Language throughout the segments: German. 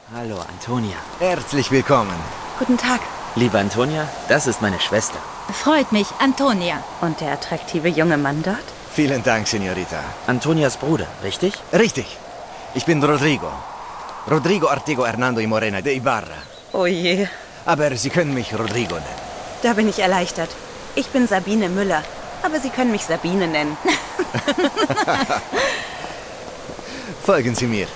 Hallo, Antonia. Herzlich willkommen. Guten Tag. Liebe Antonia, das ist meine Schwester. Freut mich, Antonia. Und der attraktive junge Mann dort? Vielen Dank, Senorita. Antonias Bruder, richtig? Richtig. Ich bin Rodrigo. Rodrigo Artigo Hernando y Morena de Ibarra. Oh je. Aber Sie können mich Rodrigo nennen. Da bin ich erleichtert. Ich bin Sabine Müller, aber Sie können mich Sabine nennen. Folgen Sie mir.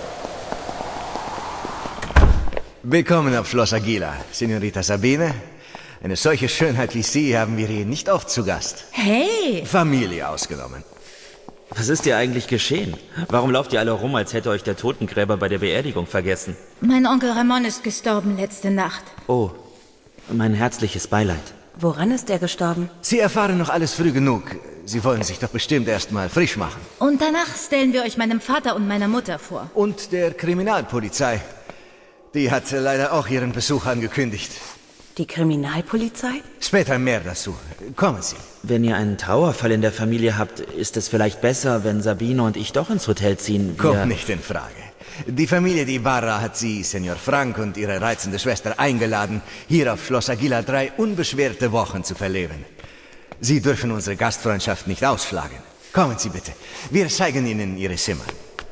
Willkommen auf Schloss Aguila, Senorita Sabine. Eine solche Schönheit wie Sie haben wir hier nicht oft zu Gast. Hey! Familie ausgenommen. Was ist dir eigentlich geschehen? Warum lauft ihr alle rum, als hätte euch der Totengräber bei der Beerdigung vergessen? Mein Onkel Ramon ist gestorben letzte Nacht. Oh, mein herzliches Beileid. Woran ist er gestorben? Sie erfahren noch alles früh genug. Sie wollen sich doch bestimmt erst mal frisch machen. Und danach stellen wir euch meinem Vater und meiner Mutter vor. Und der Kriminalpolizei. Die hat leider auch ihren Besuch angekündigt. Die Kriminalpolizei? Später mehr dazu. Kommen Sie. Wenn ihr einen Trauerfall in der Familie habt, ist es vielleicht besser, wenn Sabine und ich doch ins Hotel ziehen. Kommt nicht in Frage. Die Familie Di Ibarra hat Sie, Senor Frank und Ihre reizende Schwester eingeladen, hier auf Schloss Aguila 3 unbeschwerte Wochen zu verleben. Sie dürfen unsere Gastfreundschaft nicht ausschlagen. Kommen Sie bitte. Wir zeigen Ihnen Ihre Zimmer.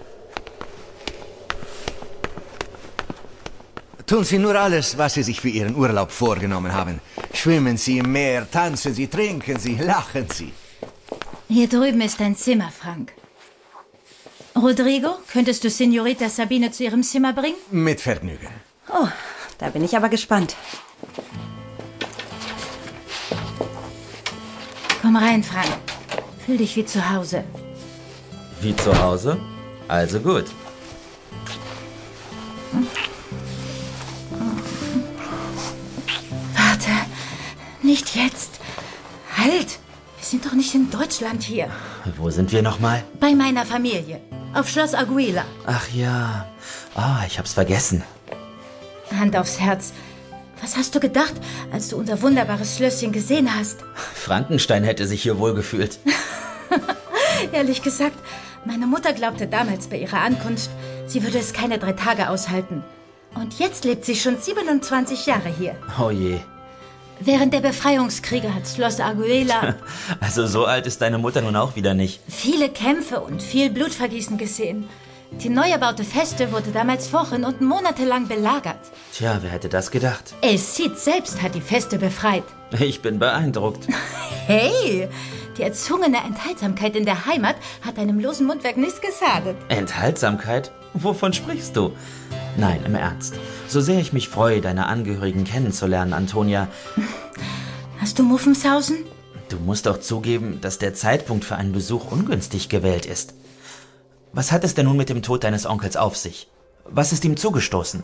Tun Sie nur alles, was Sie sich für Ihren Urlaub vorgenommen haben. Schwimmen Sie im Meer, tanzen Sie, trinken Sie, lachen Sie. Hier drüben ist dein Zimmer, Frank. Rodrigo, könntest du Senorita Sabine zu ihrem Zimmer bringen? Mit Vergnügen. Oh, da bin ich aber gespannt. Komm rein, Frank. Fühl dich wie zu Hause. Wie zu Hause? Also gut. Warte, nicht jetzt. Halt, wir sind doch nicht in Deutschland hier. Wo sind wir nochmal? Bei meiner Familie. Auf Schloss Aguila. Ach ja. Ich hab's vergessen. Hand aufs Herz. Was hast du gedacht, als du unser wunderbares Schlösschen gesehen hast? Frankenstein hätte sich hier wohlgefühlt. Ehrlich gesagt, meine Mutter glaubte damals bei ihrer Ankunft, sie würde es keine 3 Tage aushalten. Und jetzt lebt sie schon 27 Jahre hier. Oh je. Während der Befreiungskriege hat Schloss Aguila Also so alt ist deine Mutter nun auch wieder nicht. viele Kämpfe und viel Blutvergießen gesehen. Die neu erbaute Feste wurde damals Wochen und monatelang belagert. Tja, wer hätte das gedacht? El Cid selbst hat die Feste befreit. Ich bin beeindruckt. Hey, die erzwungene Enthaltsamkeit in der Heimat hat einem losen Mundwerk nichts geschadet. Enthaltsamkeit? Wovon sprichst du? Nein, im Ernst. So sehr ich mich freue, deine Angehörigen kennenzulernen, Antonia. Hast du Muffensausen? Du musst doch zugeben, dass der Zeitpunkt für einen Besuch ungünstig gewählt ist. Was hat es denn nun mit dem Tod deines Onkels auf sich? Was ist ihm zugestoßen?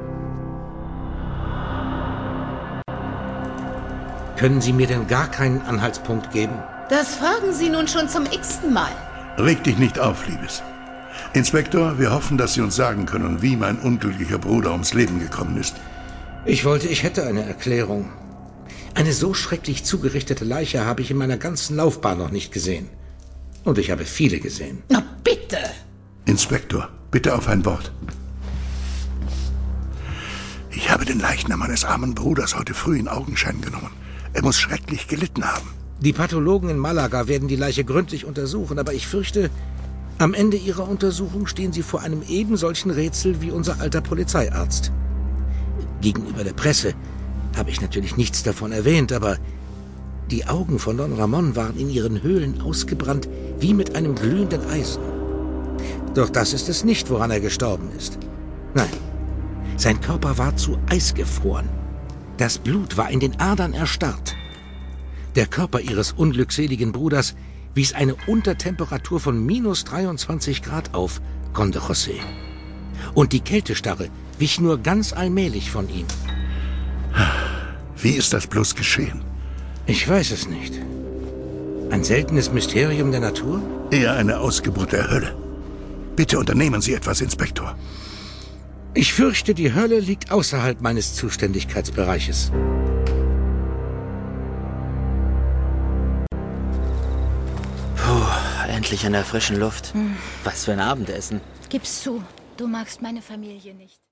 Können Sie mir denn gar keinen Anhaltspunkt geben? Das fragen Sie nun schon zum x-ten Mal. Reg dich nicht auf, Liebes. Inspektor, wir hoffen, dass Sie uns sagen können, wie mein unglücklicher Bruder ums Leben gekommen ist. Ich wollte, ich hätte eine Erklärung. Eine so schrecklich zugerichtete Leiche habe ich in meiner ganzen Laufbahn noch nicht gesehen. Und ich habe viele gesehen. Na bitte! Inspektor, bitte auf ein Wort. Ich habe den Leichnam meines armen Bruders heute früh in Augenschein genommen. Er muss schrecklich gelitten haben. Die Pathologen in Malaga werden die Leiche gründlich untersuchen, aber ich fürchte, am Ende ihrer Untersuchung stehen sie vor einem eben solchen Rätsel wie unser alter Polizeiarzt. Gegenüber der Presse habe ich natürlich nichts davon erwähnt, aber die Augen von Don Ramon waren in ihren Höhlen ausgebrannt wie mit einem glühenden Eisen. Doch das ist es nicht, woran er gestorben ist. Nein, sein Körper war zu Eis gefroren. Das Blut war in den Adern erstarrt. Der Körper ihres unglückseligen Bruders wies eine Untertemperatur von -23 Grad auf, Conde José. Und die Kältestarre wich nur ganz allmählich von ihm. Wie ist das bloß geschehen? Ich weiß es nicht. Ein seltenes Mysterium der Natur? Eher eine Ausgeburt der Hölle. Bitte unternehmen Sie etwas, Inspektor. Ich fürchte, die Hölle liegt außerhalb meines Zuständigkeitsbereiches. Endlich an der frischen Luft. Was für ein Abendessen. Gib's zu, du magst meine Familie nicht.